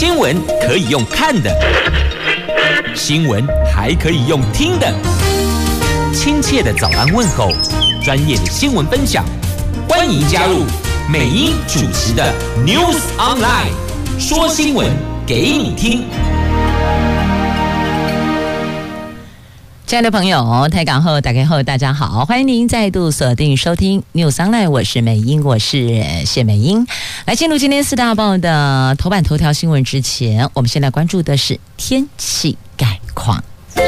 新闻可以用看的，新闻还可以用听的。亲切的早安问候，专业的新闻分享，欢迎加入美英主持的 News Online， 说新闻给你听。 亲爱的朋友，台港后打开后，大家好，欢迎您再度锁定收听 News Online， 我是美英，我是谢美英。来进入今天四大报的头版头条新闻之前，我们先来关注的是天气概况。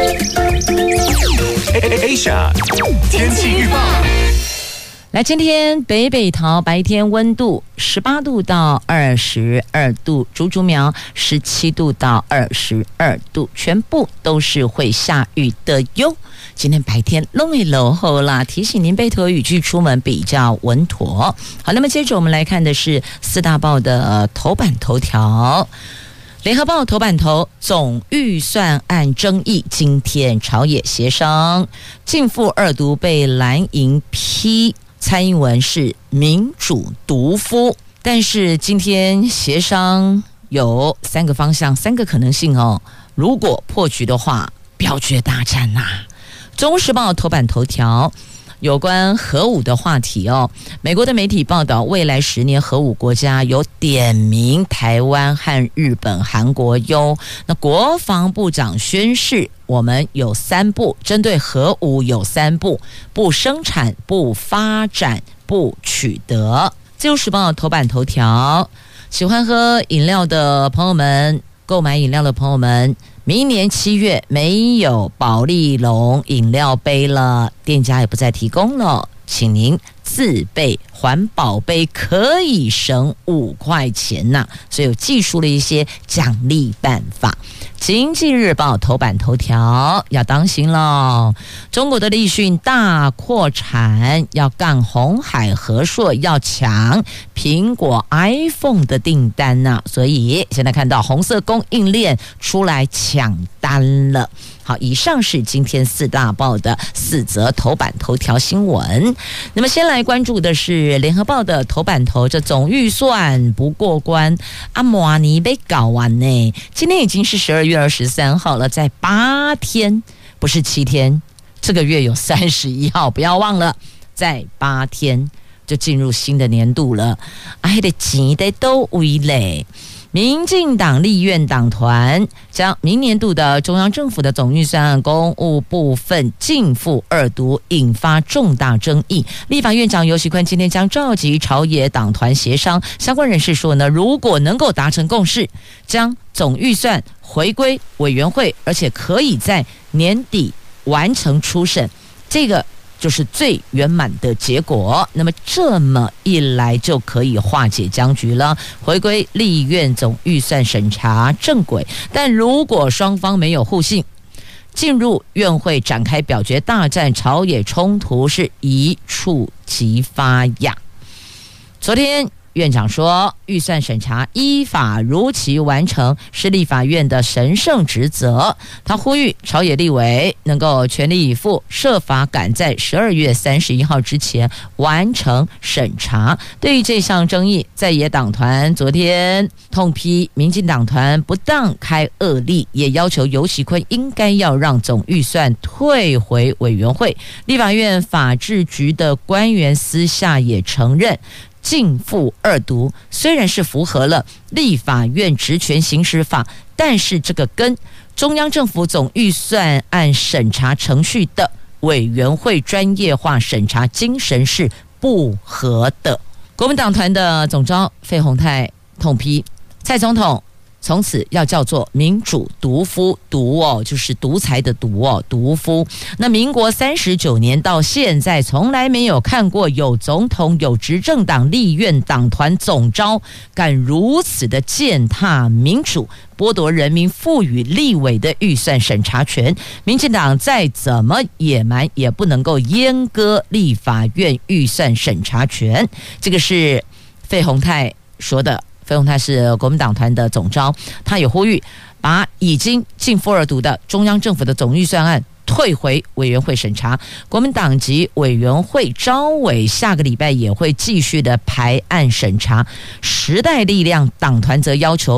Asia 天气预报。 来，今天北北桃白天温度18度到22度，竹竹苗17度到22度，全部都是会下雨的哟。今天白天都会落后啦，提醒您背妥雨具出门比较稳妥。好，那么接着我们来看的是四大报的头版头条。联合报头版头，总预算案争议，今天朝野协商，逕付二读被蓝营批。蔡英文是民主独夫，但是今天协商有3个方向，3个可能性哦。如果破局的话，表决大战呐。中时报头版头条有关核武的话题哦。美国的媒体报道，未来10年核武国家有点名台湾和日本、韩国哟。那国防部长宣示，我们有3步，针对核武有3步：不生产、不发展、不取得。自由时报头版头条，喜欢喝饮料的朋友们，购买饮料的朋友们，明年7月没有保丽龙饮料杯了，店家也不再提供了，请您自备环保杯，可以省5块钱呐。所以有技术的一些奖励办法。经济日报头版头条要当心咯，中国的立讯大扩产，要干鸿海和硕，要抢苹果 iPhone 的订单呐。所以现在看到红色供应链出来抢单了。好，以上是今天四大报的4则头版头条新闻。那么先来关注的是联合报的头版头，这总预算不过关，阿摩尼被搞完呢。今天已经是12月23号了，在8天，不是7天，这个月有31号，不要忘了，在8天就进入新的年度了。哎，的钱的都为嘞。民进党立院党团将明年度的中央政府的总预算案公务部分逕付2读，引发重大争议。立法院长游锡堃今天将召集朝野党团协商，相关人士说呢，如果能够达成共识，将总预算回归委员会，而且可以在年底完成初审，这个就是最圆满的结果。那么这么一来就可以化解僵局了，回归立院总预算审查正轨。但如果双方没有互信，进入院会展开表决大战，朝野冲突是一触即发呀。昨天院长说，预算审查依法如期完成是立法院的神圣职责。他呼吁朝野立委能够全力以赴，设法赶在12月31号之前完成审查。对于这项争议，在野党团昨天痛批民进党团不当开恶例，也要求游锡堃应该要让总预算退回委员会。立法院法制局的官员私下也承认，逕付2读虽然是符合了立法院职权行使法，但是这个跟中央政府总预算案审查程序的委员会专业化审查精神是不合的。国民党团的总召费鸿泰痛批蔡总统从此要叫做民主独夫，独哦就是独裁的独哦，独夫。那民国39年到现在，从来没有看过有总统、有执政党立院党团总召敢如此的践踏民主，剥夺人民赋予立委的预算审查权。民进党再怎么野蛮，也不能够阉割立法院预算审查权。这个是费鸿泰说的。费鸿泰是国民党团的总召，他也呼吁把已经逕付2读的中央政府的总预算案退回委员会审查。国民党籍委员会召委下个礼拜也会继续的排案审查。时代力量党团则要求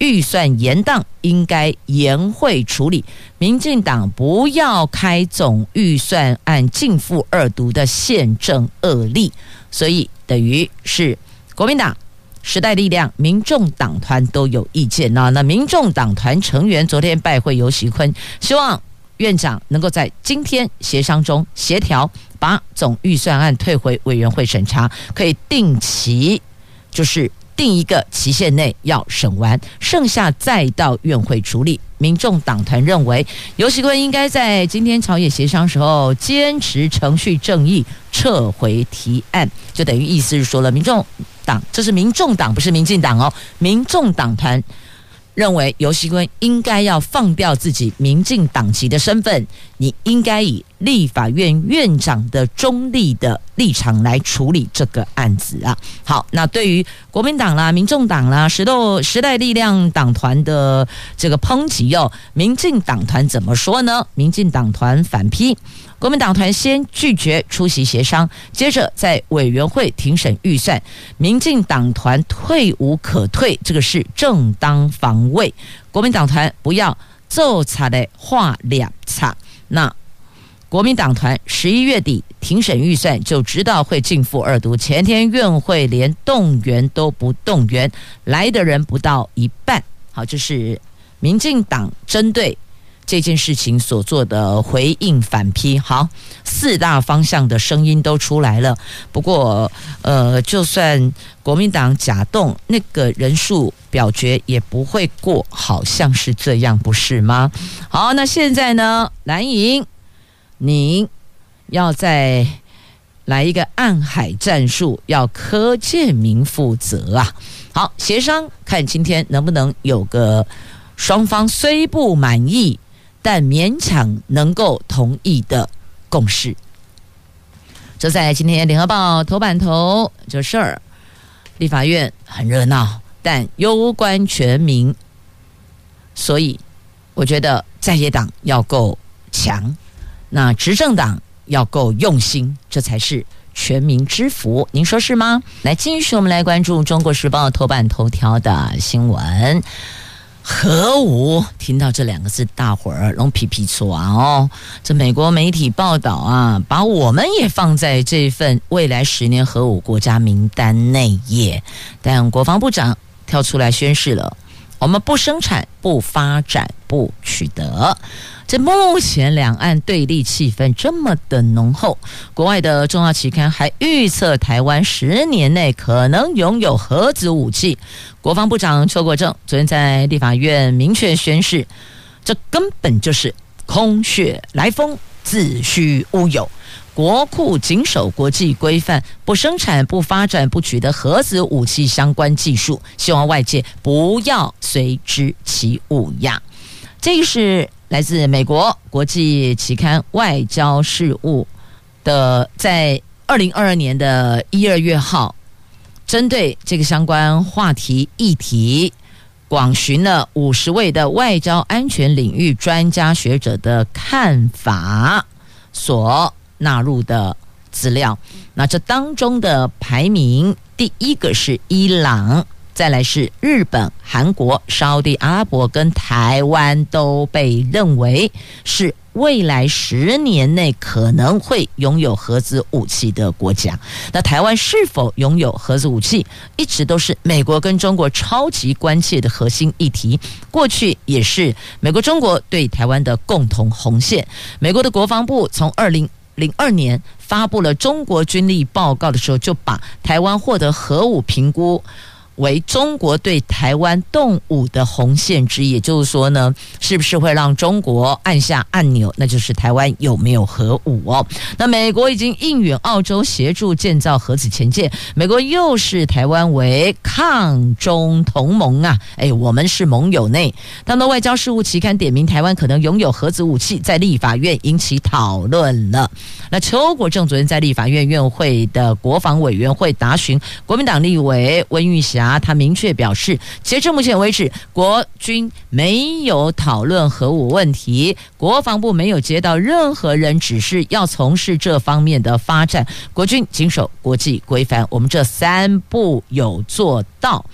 预算延宕，应该延会处理。民进党不要开总预算案逕付二读的宪政恶例，所以等于是国民党、时代力量、民众党团都有意见啊。那民众党团成员昨天拜会游锡堃，希望院长能够在今天协商中协调，把总预算案退回委员会审查，可以定期，就是定一个期限内要审完，剩下再到院会处理。民众党团认为，游锡堃应该在今天朝野协商时候坚持程序正义，撤回提案，就等于意思是说了，民众党，这是民众党，不是民进党哦，民众党团认为游锡堃应该要放掉自己民进党籍的身份，你应该以立法院院长的中立的立场来处理这个案子啊。好，那对于国民党啦、民众党啦、时代力量党团的这个抨击哦，民进党团怎么说呢？民进党团反批，国民党团先拒绝出席协商，接着在委员会庭审预算，民进党团退无可退，这个是正当防卫。国民党团不要奏擦的画两擦。那国民党团11月底庭审预算就知道会逕付二读，前天院会连动员都不动员，来的人不到一半。好，这是民进党针对这件事情所做的回应反批。好，4大方向的声音都出来了。不过就算国民党假动，那个人数表决也不会过，好像是这样，不是吗？好，那现在呢，蓝营您要再来一个暗海战术，要柯建铭负责啊。好，协商看今天能不能有个双方虽不满意但勉强能够同意的共识。这在今天联合报头版头这事儿，立法院很热闹，但攸关全民，所以我觉得在野党要够强，那执政党要够用心，这才是全民之福，您说是吗？来，继续我们来关注中国时报头版头条的新闻。核武，听到这2个字，大伙儿拢皮皮唰哦。这美国媒体报道啊，把我们也放在这份未来10年核武国家名单内耶。但国防部长跳出来宣示了，我们不生产、不发展、不取得。这目前两岸对立气氛这么的浓厚，国外的重要期刊还预测台湾10年内可能拥有核子武器。国防部长邱国正昨天在立法院明确宣示，这根本就是空穴来风，子虚乌有。国库谨守国际规范，不生产、不发展、不取得核子武器相关技术，希望外界不要随之起舞呀。这个是来自美国国际期刊《外交事务》的，在2022年的1、2月号，针对这个相关话题议题，广询了50位的外交安全领域专家学者的看法所纳入的资料。那这当中的排名，第一个是伊朗，再来是日本、韩国、沙特阿拉伯跟台湾，都被认为是未来10年内可能会拥有核子武器的国家。那台湾是否拥有核子武器，一直都是美国跟中国超级关切的核心议题，过去也是美国中国对台湾的共同红线。美国的国防部从2002年发布了中国军力报告的时候，就把台湾获得核武评估为中国对台湾动武的红线之一，也就是说呢，是不是会让中国按下按钮，那就是台湾有没有核武哦。那美国已经应允澳洲协助建造核子潜舰，美国又视台湾为抗中同盟啊，我们是盟友内。当中外交事务期刊点名台湾可能拥有核子武器，在立法院引起讨论了。那邱国正昨天在立法院院会的国防委员会答询国民党立委温玉霞，他明确表示，截至目前为止，国军没有讨论核武问题，国防部没有接到任何人指示要从事这方面的发展，国军谨守国际规范，我们这3步有做到。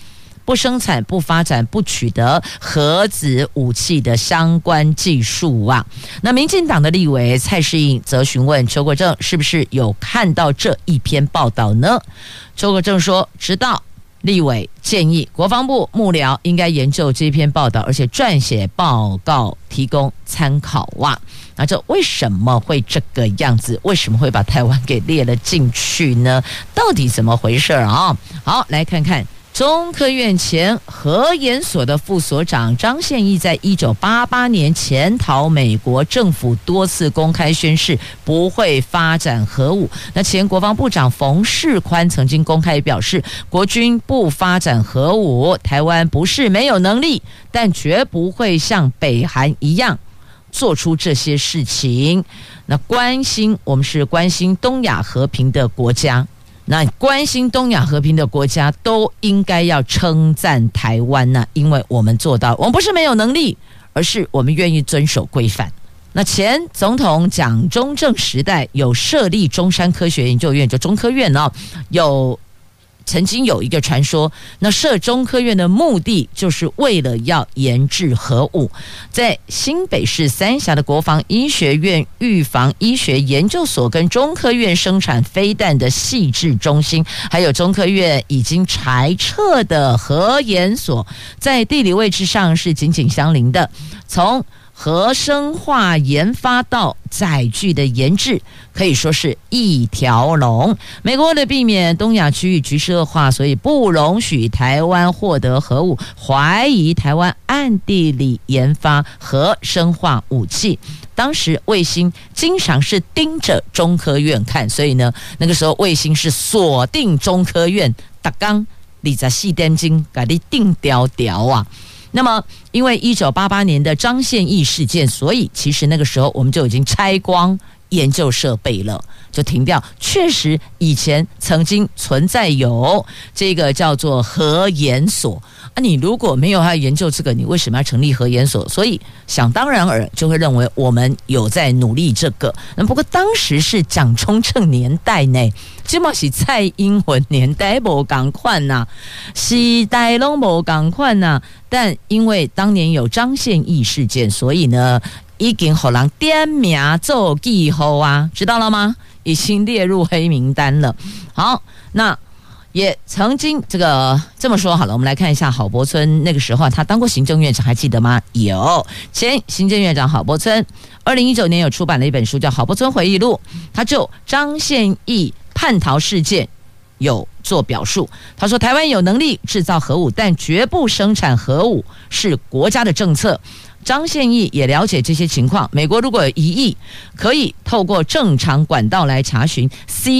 不生产、不发展、不取得核子武器的相关技术啊。那民进党的立委蔡适应则询问邱国正是不是有看到这一篇报道呢？邱国正说知道，立委建议国防部幕僚应该研究这篇报道，而且撰写报告提供参考啊。那这为什么会这个样子？为什么会把台湾给列了进去呢？到底怎么回事啊？好，来看看中科院前核研所的副所长张宪义在1988年潜逃美国，政府多次公开宣示不会发展核武。那前国防部长冯世宽曾经公开表示，国军不发展核武，台湾不是没有能力，但绝不会像北韩一样做出这些事情。那我们是关心东亚和平的国家，那关心东亚和平的国家都应该要称赞台湾呢，因为我们做到，我们不是没有能力，而是我们愿意遵守规范。那前总统蒋中正时代有设立中山科学研究院，就中科院哦，曾经有一个传说，那设中科院的目的就是为了要研制核武。在新北市三峡的国防医学院预防医学研究所跟中科院生产飞弹的细致中心，还有中科院已经裁撤的核研所，在地理位置上是紧紧相邻的。从核生化研发到载具的研制，可以说是一条龙。美国为了避免东亚区域局势恶化，所以不容许台湾获得核武，怀疑台湾暗地里研发核生化武器。当时卫星经常是盯着中科院看，所以呢，那个时候卫星是锁定中科院，每天24点钟给你定调调啊。那么因为1988年的张宪义事件，所以其实那个时候我们就已经拆光研究设备了，就停掉。确实以前曾经存在有这个叫做核研所啊，你如果没有要研究这个，你为什么要成立核研所？所以想当然尔就会认为我们有在努力这个。那不过当时是蒋中正年代呢，这嘛是蔡英文年代，没同款呐，时代都没同款呐。但因为当年有张宪义事件，所以呢，已经给人点名做记号啊，知道了吗？已经列入黑名单了。好，那也曾经这么说好了，我们来看一下郝柏村那个时候他当过行政院长，还记得吗？有，前行政院长郝柏村2019年有出版了一本书叫《郝柏村回忆录》，他就张宪义叛逃事件有做表述。他说台湾有能力制造核武，但绝不生产核武是国家的政策。张宪义也了解这些情况，美国如果有疑义，可以透过正常管道来查询。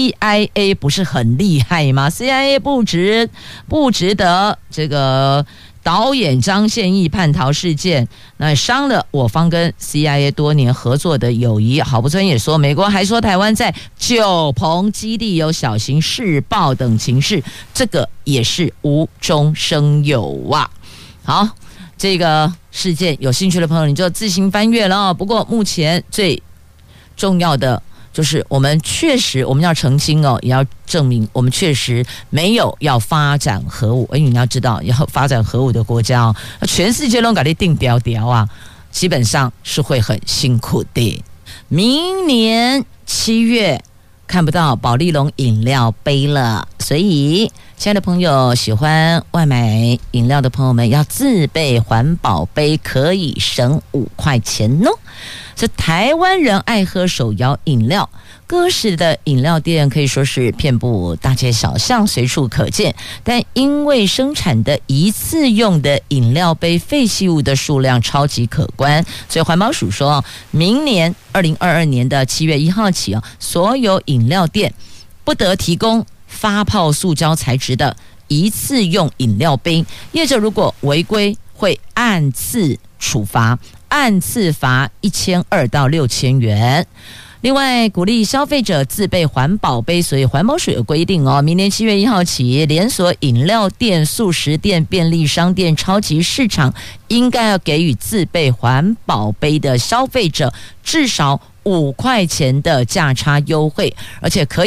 CIA 不是很厉害吗？ CIA 不值得这个导演张宪义叛逃事件，那伤了我方跟 CIA 多年合作的友谊。郝柏村也说，美国还说台湾在九鹏基地有小型试爆等情势，这个也是无中生有啊。好，这个事件有兴趣的朋友你就自行翻阅了。不过目前最重要的就是我们要澄清哦，也要证明我们确实没有要发展核武。因为你要知道，要发展核武的国家哦，全世界都给你定调调啊，基本上是会很辛苦的。明年7月看不到保丽龙饮料杯了，所以亲爱的朋友，喜欢外买饮料的朋友们要自备环保杯，可以省5块钱哦。这台湾人爱喝手摇饮料，各式的饮料店可以说是遍布大街小巷，随处可见。但因为生产的一次用的饮料杯废弃物的数量超级可观，所以环保署说，明年2022年的7月1号起啊，所有饮料店不得提供发泡塑胶材质的一次用饮料杯，业者如果违规会按次处罚，按次罚1200到6000元。另外鼓励消费者自备环保杯，所以环保署有规定哦，明年7月1号起，连锁饮料店、速食店、便利商店、超级市场应该要给予自备环保杯的消费者至少5块钱的价差优惠，而且可以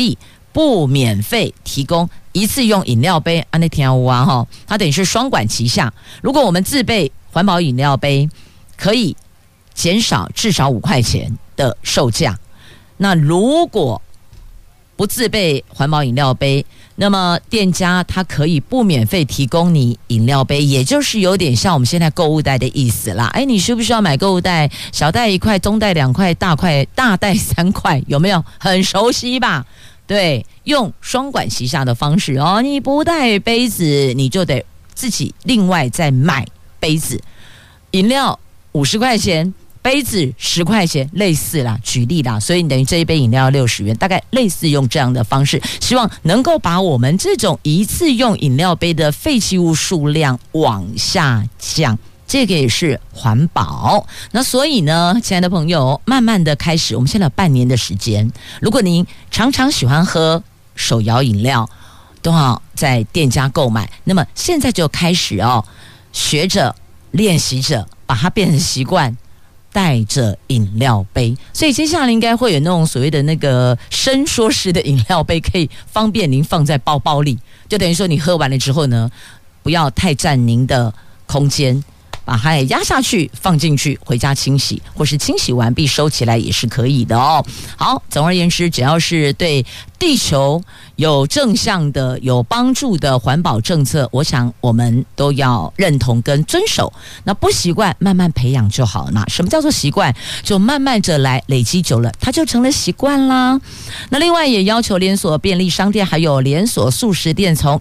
不免费提供一次用饮料杯，那听有啊哈，它等于是双管齐下。如果我们自备环保饮料杯，可以减少至少5块钱的售价。那如果不自备环保饮料杯，那么店家他可以不免费提供你饮料杯，也就是有点像我们现在购物袋的意思啦。你需不需要买购物袋？小袋1块，中袋2块，大袋3块，有没有？很熟悉吧？对，用双管齐下的方式哦，你不带杯子，你就得自己另外再买杯子。饮料50块钱。杯子10块钱，类似啦，举例啦，所以你等于这一杯饮料要60元，大概类似用这样的方式，希望能够把我们这种一次用饮料杯的废弃物数量往下降，这个也是环保。那所以呢，亲爱的朋友，慢慢的开始，我们现在有半年的时间，如果您常常喜欢喝手摇饮料，都要在店家购买，那么现在就开始学着练习着，把它变成习惯。带着饮料杯，所以接下来应该会有那种所谓的那个伸缩式的饮料杯，可以方便您放在包包里，就等于说你喝完了之后呢，不要太占您的空间，把它也压下去放进去，回家清洗，或是清洗完毕收起来也是可以的哦。好，总而言之，只要是对地球有正向的、有帮助的环保政策，我想我们都要认同跟遵守。那不习惯，慢慢培养就好。那什么叫做习惯？就慢慢着来，累积久了，它就成了习惯啦。那另外也要求连锁便利商店还有连锁速食店，从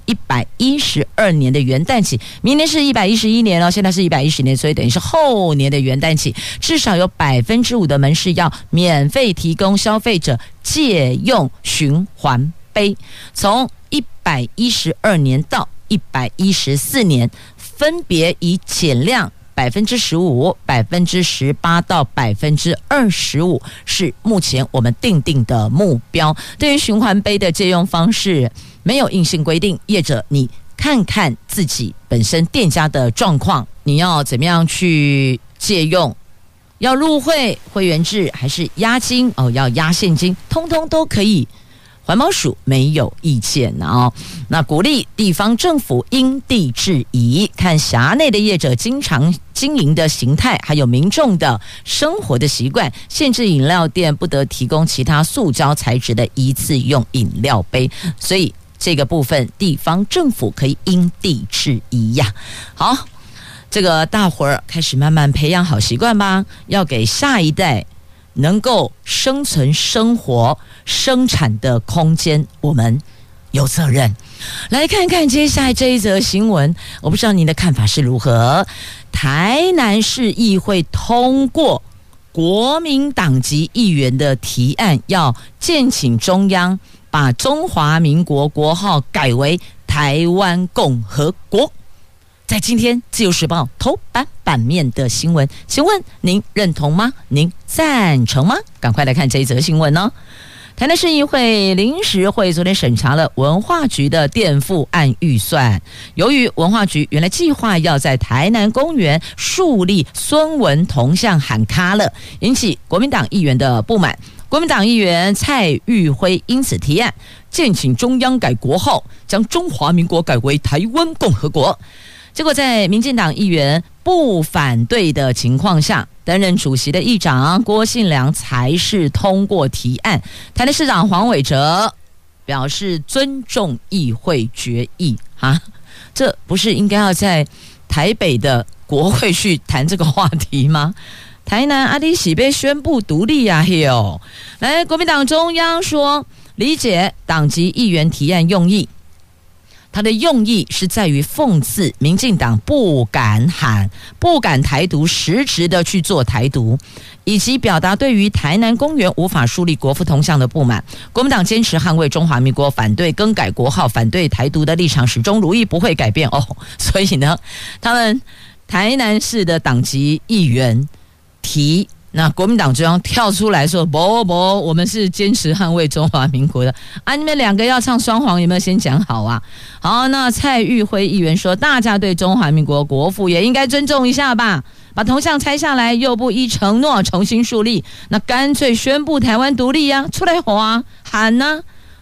112年的元旦起，明年是111年了，现在是110年，所以等于是后年的元旦起，至少有5%的门市要免费提供消费者借用循环杯，从112年到114年，分别以减量15%、18%到25%是目前我们定定的目标。对于循环杯的借用方式，没有硬性规定，业者你看看自己本身店家的状况，你要怎么样去借用？要入会会员制还是押金要押现金，通通都可以。环保署没有意见那鼓励地方政府因地制宜，看辖内的业者经常经营的形态，还有民众的生活的习惯，限制饮料店不得提供其他塑胶材质的一次用饮料杯。所以这个部分地方政府可以因地制宜呀。好，这个大伙儿开始慢慢培养好习惯吧，要给下一代能够生存、生活、生产的空间，我们有责任。来看看接下来这一则新闻，我不知道您的看法是如何。台南市议会通过国民党籍议员的提案，要建请中央把中华民国国号改为台湾共和国。在今天自由时报头版面的新闻，请问您认同吗？您赞成吗？赶快来看这一则新闻哦。台南市议会临时会昨天审查了文化局的垫付案预算，由于文化局原来计划要在台南公园树立孙文铜像喊卡了，引起国民党议员的不满。国民党议员蔡玉辉因此提案，建请中央改国号，将中华民国改为台湾共和国。结果在民进党议员不反对的情况下，担任主席的议长郭信良才是通过提案。台南市长黄伟哲表示尊重议会决议这不是应该要在台北的国会去谈这个话题吗？台南阿里喜被宣布独立来，国民党中央说理解党籍议员提案用意，他的用意是在于讽刺民进党不敢台独，实质的去做台独，以及表达对于台南公园无法树立国父铜像的不满。国民党坚持捍卫中华民国，反对更改国号，反对台独的立场始终如一，不会改变所以呢，他们台南市的党籍议员提，那国民党中央跳出来说不，我们是坚持捍卫中华民国的你们两个要唱双簧有没有先讲好啊？好，那蔡玉辉议员说，大家对中华民国国父也应该尊重一下吧，把铜像拆下来又不依承诺重新树立，那干脆宣布台湾独立出来喊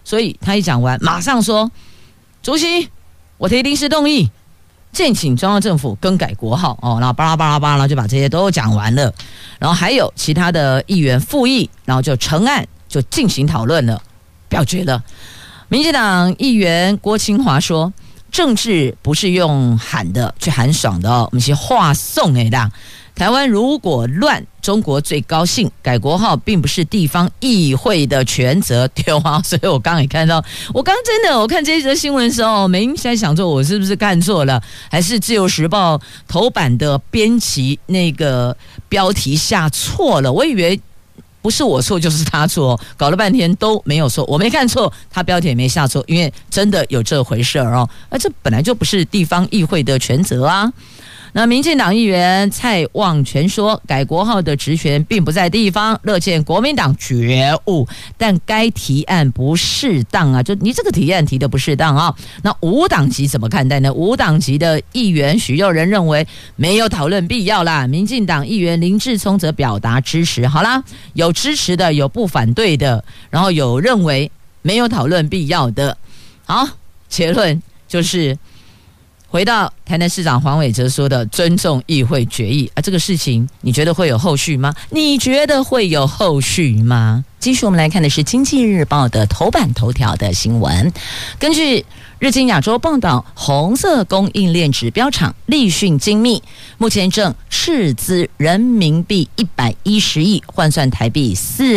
所以他一讲完，马上说：“主席，我提临时动议，建请中央政府更改国号。”然后巴拉巴拉巴拉就把这些都讲完了。然后还有其他的议员复议，然后就成案，就进行讨论了，表决了。民进党议员郭清华说：“政治不是用喊的去喊爽的我们是话送的。台湾如果乱，中国最高兴。改国号并不是地方议会的权责，对吗？所以我刚刚也看到，我看这一则新闻的时候，没在想说我是不是看错了，还是自由时报头版的编辑那个标题下错了？我以为不是我错就是他错，搞了半天都没有错，我没看错，他标题也没下错，因为真的有这回事这本来就不是地方议会的权责啊。那民进党议员蔡旺全说，改国号的职权并不在地方，乐见国民党觉悟，但该提案不适当就你这个提案提的不适当那无党籍怎么看待呢？无党籍的议员许佑仁认为没有讨论必要啦，民进党议员林志聪则表达支持。好啦，有支持的，有不反对的，然后有认为没有讨论必要的。好，结论就是回到台南市长黄伟哲说的尊重议会决议这个事情你觉得会有后续吗？你觉得会有后续吗？继续我们来看的是经济日报的头版头条的新闻。根据日经亚洲报道，红色供应链指标厂立讯精密目前正斥资人民币110亿，换算台币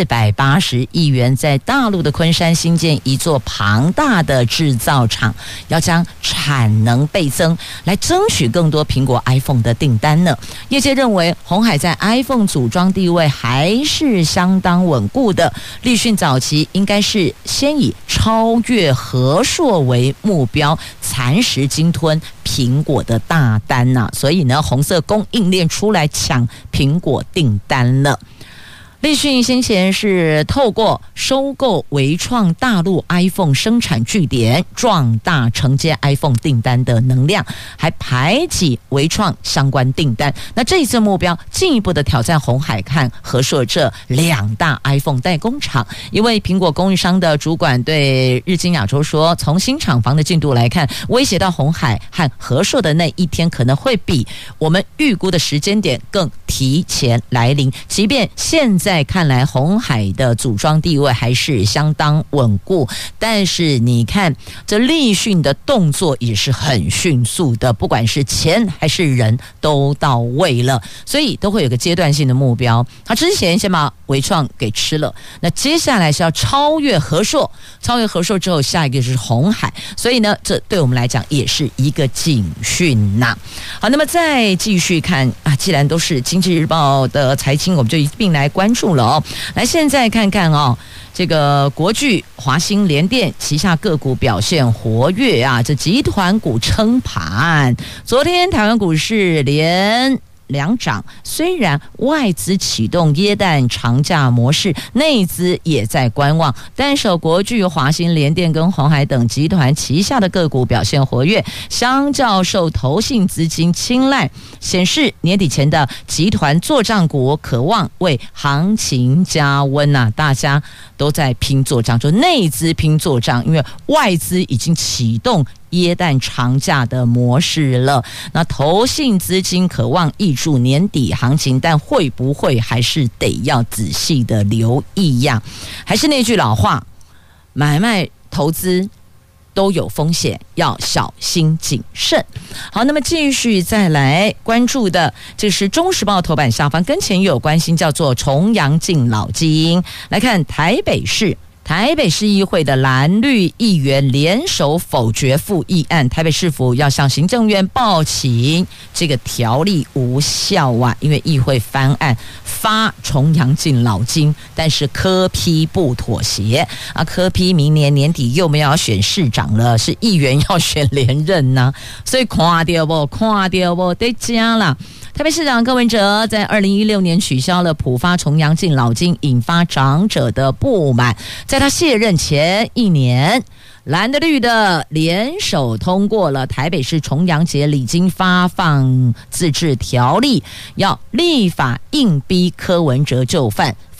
480亿元，在大陆的昆山新建一座庞大的制造厂，要将产能倍增，来争取更多苹果 iPhone 的订单呢。业界认为，鸿海在 iPhone 组装地位还是相当稳固的，立讯早期应该是先以超越和硕为目标，蚕食鲸吞苹果的大单所以呢，红色供应链出来抢苹果订单了。立讯先前是透过收购微创大陆 iPhone 生产据点，壮大承接 iPhone 订单的能量，还排挤微创相关订单。那这一次目标进一步的挑战鸿海和和硕这两大 iPhone 代工厂。一位苹果供应商的主管对日经亚洲说，从新厂房的进度来看，威胁到鸿海和和硕的那一天可能会比我们预估的时间点更提前来临。即便现在看来鸿海的组装地位还是相当稳固，但是你看这立讯的动作也是很迅速的，不管是钱还是人都到位了，所以都会有个阶段性的目标。他之前先把微创给吃了，那接下来是要超越和硕，超越和硕之后下一个就是鸿海，所以呢这对我们来讲也是一个警讯呐。好，那么再继续看既然都是经济日报的财经，我们就一并来关注了来，现在看看这个国巨、华兴、联电旗下个股表现活跃这集团股撑盘。昨天台湾股市连两涨，虽然外资启动耶诞长假模式，内资也在观望，但是国巨、华兴、联电跟鸿海等集团旗下的个股表现活跃，相较受投信资金青睐，显示年底前的集团作账股可望为行情加温大家都在拼作账，就内资拼作账，因为外资已经启动耶诞长假的模式了，那投信资金渴望挹注年底行情，但会不会还是得要仔细的留意还是那句老话，买卖投资都有风险，要小心谨慎。好，那么继续再来关注的，这是中时报头版下方跟前也有关系，叫做重阳敬老金。来看台北市议会的蓝绿议员联手否决复议案，台北市府要向行政院报请这个条例无效因为议会翻案发重阳敬老金，但是柯 P 不妥协柯 P 明年年底又没有要选市长了，是议员要选连任所以看到不得加啦。台北市长柯文哲在2016年取消了普发重阳敬老金，引发长者的不满。在他卸任前一年，蓝的绿的联手通过了台北市重阳节礼金发放自治条例，要立法硬逼柯文哲就范，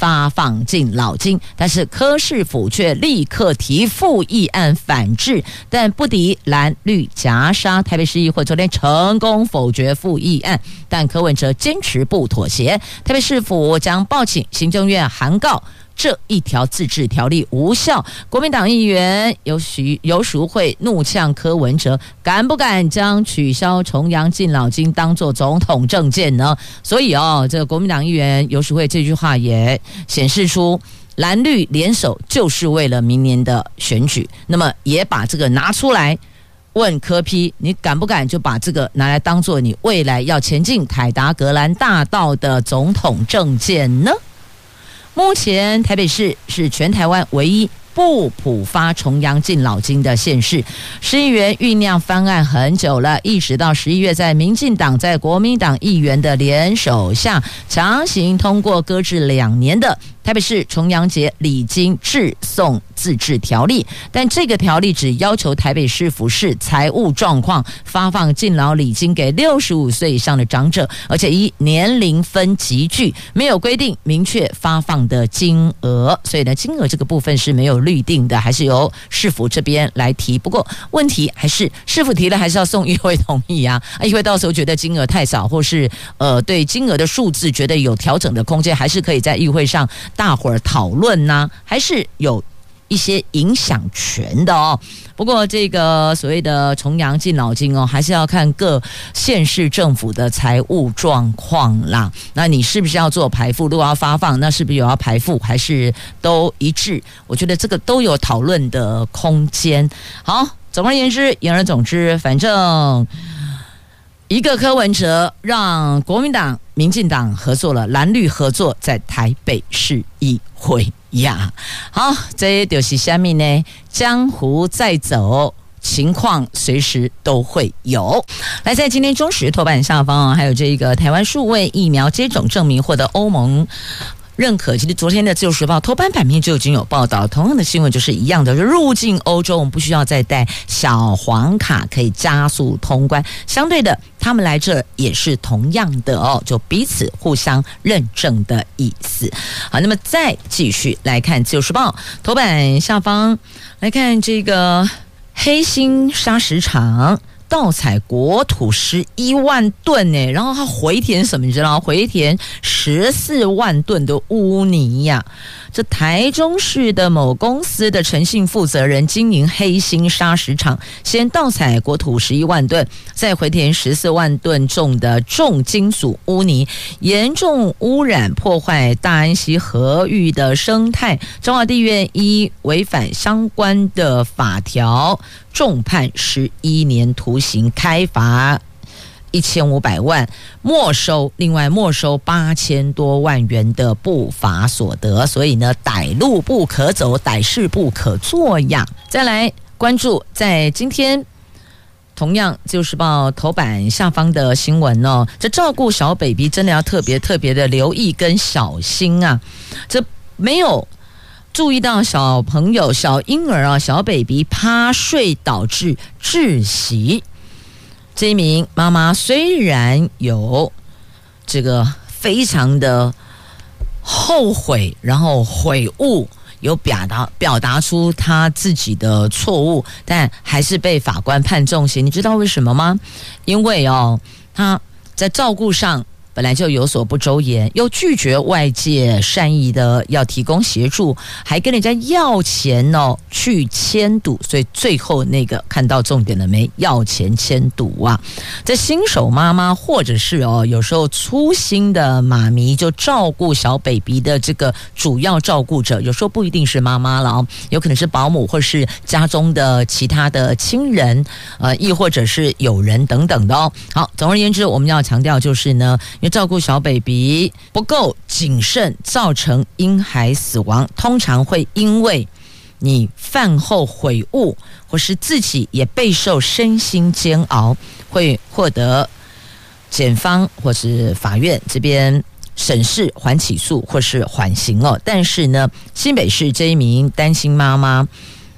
发放敬老金，但是柯市府却立刻提复议案反制，但不敌蓝绿夹杀，台北市议会昨天成功否决复议案，但柯文哲坚持不妥协，台北市府将报请行政院函告这一条自治条例无效，国民党议员游淑慧怒呛柯文哲，敢不敢将取消重阳敬老金当作总统政见呢？所以这个国民党议员游淑慧这句话也显示出蓝绿联手就是为了明年的选举，那么也把这个拿出来问柯 P， 你敢不敢就把这个拿来当作你未来要前进凯达格兰大道的总统政见呢？目前台北市是全台湾唯一不普发重阳敬老金的县市，市议员酝酿方案很久了，一直到11月，在民进党在国民党议员的联手下，强行通过搁置2年的台北市重阳节礼金致送自治条例，但这个条例只要求台北市府市财务状况发放敬老礼金给65岁以上的长者，而且以年龄分级距，没有规定明确发放的金额，所以呢，金额这个部分是没有律定的，还是由市府这边来提。不过问题还是市府提了，还是要送议会同意啊。议会到时候觉得金额太少，或是对金额的数字觉得有调整的空间，还是可以在议会上大伙儿讨论呐，还是有一些影响权的哦。不过这个所谓的重阳敬老金还是要看各县市政府的财务状况啦。那你是不是要做排付？如果要发放，那是不是有要排付，还是都一致？我觉得这个都有讨论的空间。好，总而言之，言而总之，反正一个柯文哲让国民党、民进党合作了，蓝绿合作在台北市议会呀。好，这就是什么呢？江湖再走，情况随时都会有。来，在今天中时头版下方还有这个台湾数位疫苗接种证明获得欧盟认可。其实昨天的自由时报头版版面就已经有报道，同样的新闻就是一样的，入境欧洲我们不需要再带小黄卡，可以加速通关。相对的，他们来这也是同样的就彼此互相认证的意思。好，那么再继续来看自由时报头版下方，来看这个黑心砂石场盗采国土11万吨呢，然后他回填什么你知道吗？回填14万吨的污泥呀。这台中市的某公司的诚信负责人经营黑心砂石场，先盗采国土11万吨，再回填14万吨重的重金属污泥，严重污染破坏大安溪河域的生态。彰化地院依违反相关的法条，重判11年徒刑，开罚1500万，另外没收8000多万元的不法所得。所以呢，歹路不可走，歹事不可做呀。再来关注在今天同样自由时报头版下方的新闻这照顾小 baby 真的要特别的留意跟小心啊。这没有注意到小朋友、小婴儿小 baby 趴睡导致窒息。这一名妈妈虽然有这个非常的后悔，然后悔悟，有表达出她自己的错误，但还是被法官判重刑。你知道为什么吗？因为她在照顾上本来就有所不周延，又拒绝外界善意的要提供协助，还跟人家要钱去签赌，所以最后那个看到重点了没？要钱签赌啊！这新手妈妈或者是有时候粗心的妈咪，就照顾小 baby 的这个主要照顾者，有时候不一定是妈妈了有可能是保姆或是家中的其他的亲人，亦或者是友人等等的好，总而言之，我们要强调就是呢，因为照顾小 baby 不够谨慎，造成婴孩死亡，通常会因为你饭后悔悟，或是自己也备受身心煎熬，会获得检方或是法院这边审视缓起诉或是缓刑但是呢，新北市这一名单亲妈妈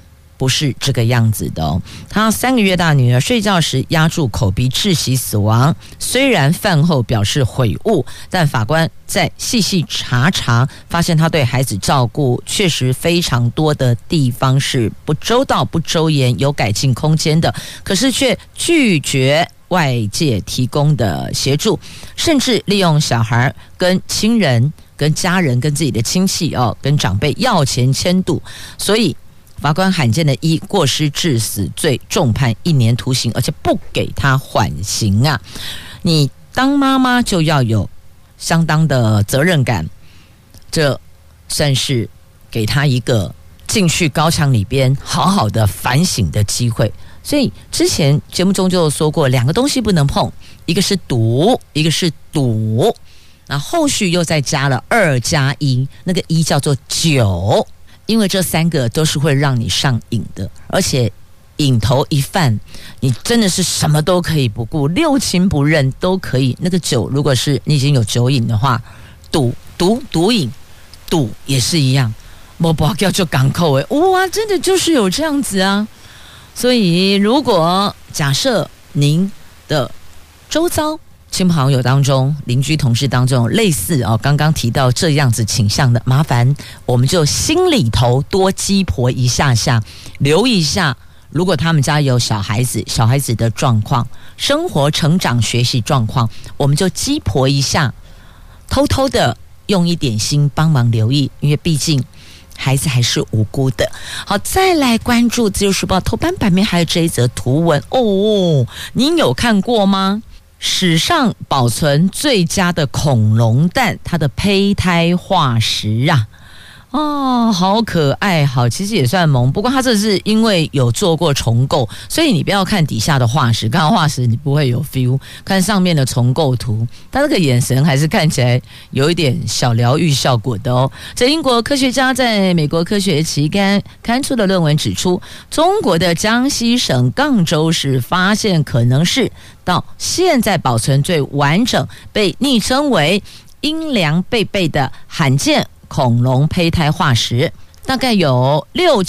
不是这个样子的哦。他3个月大女儿睡觉时压住口鼻窒息死亡，虽然饭后表示悔悟，但法官在细细查，发现他对孩子照顾确实非常多的地方是不周到、不周延，有改进空间的，可是却拒绝外界提供的协助，甚至利用小孩跟亲人、跟家人、跟自己的亲戚跟长辈要钱签赌，所以法官罕见的以过失致死罪重判1年徒刑，而且不给他缓刑啊！你当妈妈就要有相当的责任感，这算是给他一个进去高墙里边好好的反省的机会。所以之前节目中就说过，2个东西不能碰，一个是赌，一个是赌。那后续又再加了2+1，那个1叫做酒，因为这3个都是会让你上瘾的，而且瘾头一犯，你真的是什么都可以不顾，六亲不认都可以。那个酒，如果是你已经有酒瘾的话，赌瘾，赌也是一样，没保掉就港口哇，真的就是有这样子啊。所以如果假设您的周遭亲朋好友当中、邻居同事当中类似刚刚提到这样子倾向的，麻烦我们就心里头多鸡婆一下，留意一下，如果他们家有小孩子的状况、生活成长学习状况，我们就鸡婆一下，偷偷的用一点心帮忙留意，因为毕竟孩子还是无辜的。好，再来关注自由时报头版版面还有这一则图文您有看过吗？史上保存最佳的恐龙蛋，它的胚胎化石啊，好可爱，好，其实也算萌，不过它这是因为有做过重构，所以你不要看底下的化石，看化石你不会有 feel， 看上面的重构图，它那个眼神还是看起来有一点小疗愈效果的哦。这英国科学家在美国科学期刊刊出的论文指出，中国的江西省赣州市发现可能是到现在保存最完整，被昵称为阴凉贝贝的罕见恐龙胚胎化石，大概有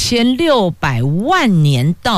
6600万年到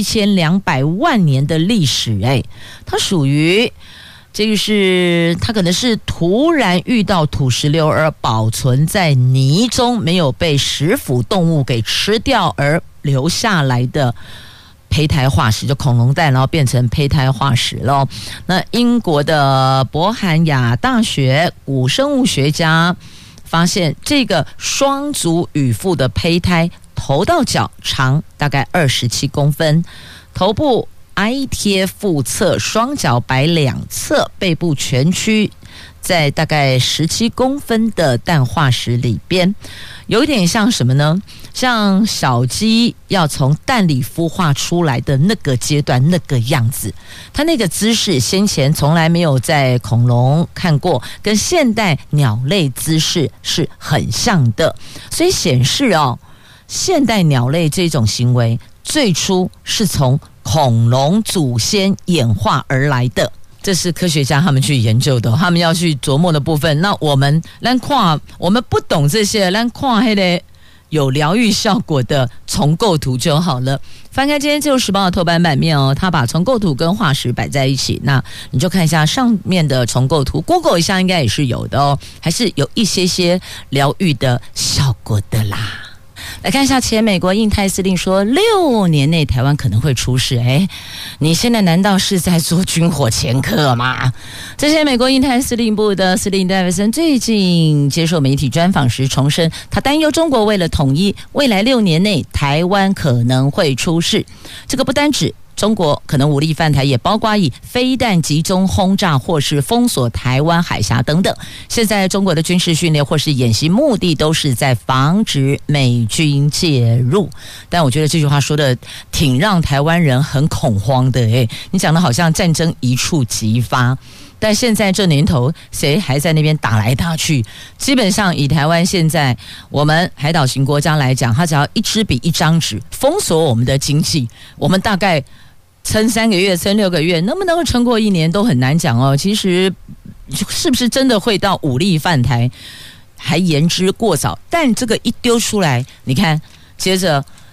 7200万年的历史它属于这个是它可能是突然遇到土石流而保存在泥中，没有被食腐动物给吃掉而留下来的胚胎化石，就恐龙蛋，然后变成胚胎化石了。那英国的伯罕亚大学古生物学家发现，这个双足羽腹的胚胎头到脚长大概27公分，头部挨贴腹侧，双脚摆两侧，背部全区在大概17公分的蛋化石里边，有点像什么呢？像小鸡要从蛋里孵化出来的那个阶段那个样子，它那个姿势先前从来没有在恐龙看过，跟现代鸟类姿势是很像的，所以显示现代鸟类这种行为最初是从恐龙祖先演化而来的。这是科学家他们去研究的，他们要去琢磨的部分。那我们不懂这些，咱看那个有疗愈效果的重构图就好了。翻开今天《自由时报》的头版版面他把重构图跟化石摆在一起，那你就看一下上面的重构图 ，Google 一下应该也是有的还是有一些疗愈的效果的啦。来看一下，前美国印太司令说6年内台湾可能会出事。你现在难道是在做军火掮客吗？这些美国印太司令部的司令戴维森最近接受媒体专访时重申，他担忧中国为了统一，未来6年内台湾可能会出事。这个不单指中国可能武力犯台，也包括以飞弹集中轰炸或是封锁台湾海峡等等。现在中国的军事训练或是演习目的都是在防止美军介入，但我觉得这句话说的挺让台湾人很恐慌的你讲的好像战争一触即发，但现在这年头谁还在那边打来打去？基本上以台湾现在我们海岛型国家来讲，它只要一支笔一张纸封锁我们的经济，我们大概撑3个月撑6个月，能不能够撑过1年都很难讲其实是不是真的会到武力犯台还言之过早，但这个一丢出来，你看接着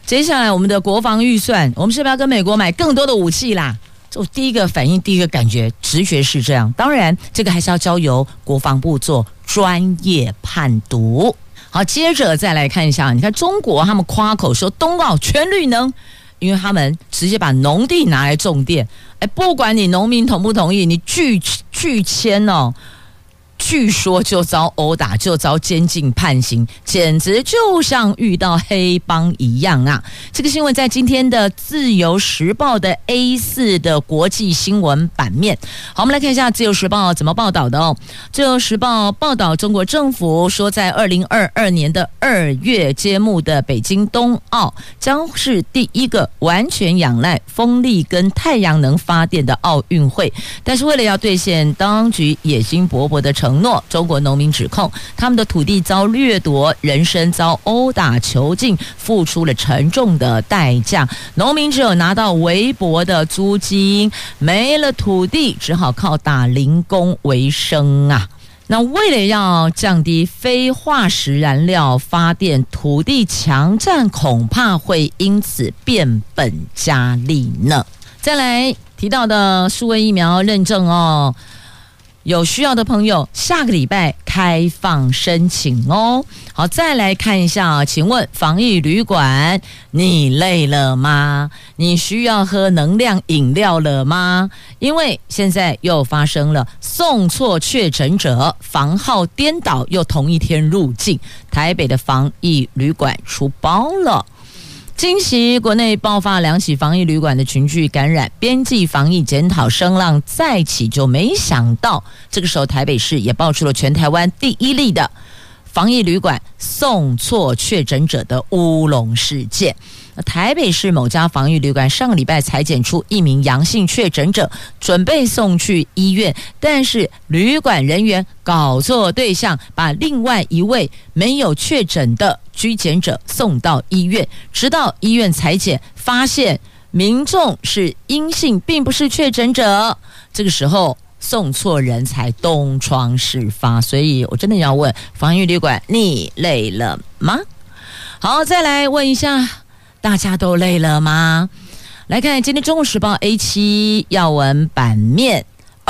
接下来我们的国防预算，我们是不是要跟美国买更多的武器啦？我第一个反应，第一个感觉，直觉是这样。当然，这个还是要交由国防部做专业判读。好，接着再来看一下，你看中国他们夸口说冬奥全绿能，因为他们直接把农地拿来种电，不管你农民同不同意，你拒签哦。据说就遭殴打，就遭监禁判刑，简直就像遇到黑帮一样啊！这个新闻在今天的《自由时报》的 A4 的国际新闻版面。好，我们来看一下《自由时报》怎么报道的哦。《自由时报》报道，中国政府说，在2022年的2月揭幕的北京冬奥将是第一个完全仰赖风力跟太阳能发电的奥运会。但是为了要兑现当局野心勃勃的承诺，中国农民指控他们的土地遭掠夺，人身遭殴打囚禁，付出了沉重的代价。农民只有拿到微薄的租金，没了土地，只好靠打零工为生啊。那为了要降低非化石燃料发电土地强占，恐怕会因此变本加厉呢。再来提到的数位疫苗认证哦，有需要的朋友下个礼拜开放申请哦。好，再来看一下啊，请问防疫旅馆你累了吗？你需要喝能量饮料了吗？因为现在又发生了送错确诊者房号颠倒又同一天入境，台北的防疫旅馆出包了。惊喜国内爆发2起防疫旅馆的群聚感染，边际防疫检讨声浪再起，就没想到这个时候台北市也爆出了全台湾第一例的防疫旅馆送错确诊者的乌龙事件。台北市某家防疫旅馆上个礼拜采检出1名阳性确诊者，准备送去医院，但是旅馆人员搞错对象，把另外一位没有确诊的居检者送到医院，直到医院采检发现民众是阴性，并不是确诊者，这个时候送错人才东窗事发。所以我真的要问，防疫旅馆你累了吗？好，再来问一下，大家都累了吗？来看今天《中国时报》A7 要闻版面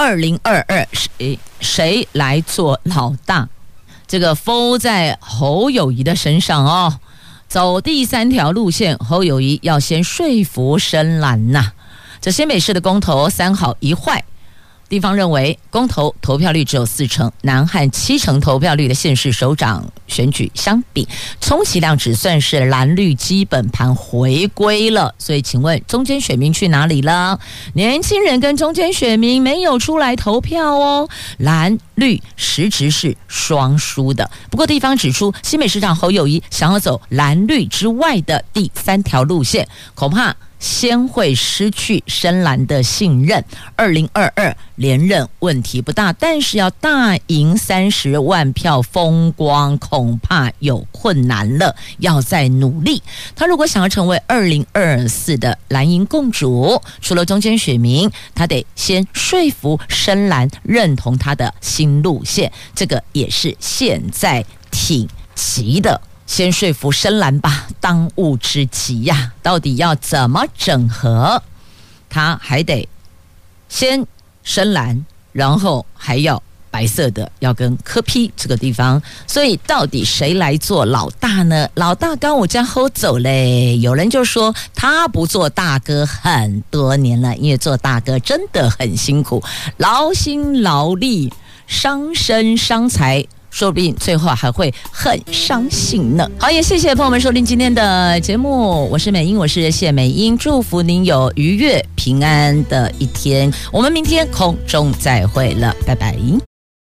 ，2022谁来做老大？这个 fall 在侯友宜的身上哦。走第3条路线，侯友宜要先说服深蓝呐。这新北市的公投3好1坏。地方认为公投投票率只有40%，南和70%投票率的县市首长选举相比，充其量只算是蓝绿基本盘回归了。所以请问中间选民去哪里了？年轻人跟中间选民没有出来投票哦，蓝绿实质是双输的。不过地方指出，新北市长侯友宜想要走蓝绿之外的第3条路线，恐怕先会失去深蓝的信任。2022连任问题不大，但是要大赢30万票风光，恐怕有困难了，要再努力。他如果想要成为2024的蓝营共主，除了中间选民，他得先说服深蓝认同他的新路线，这个也是现在挺急的。先说服深蓝吧，当务之急呀！到底要怎么整合？他还得先深蓝，然后还要白色的，要跟柯 P 这个地方。所以到底谁来做老大呢？老大刚我家后走嘞，有人就说他不做大哥很多年了，因为做大哥真的很辛苦，劳心劳力，伤身伤财。说不定最后还会很伤心呢。好，也谢谢朋友们收听今天的节目，我是美英，我是谢美英，祝福您有愉悦平安的一天，我们明天空中再会了，拜拜。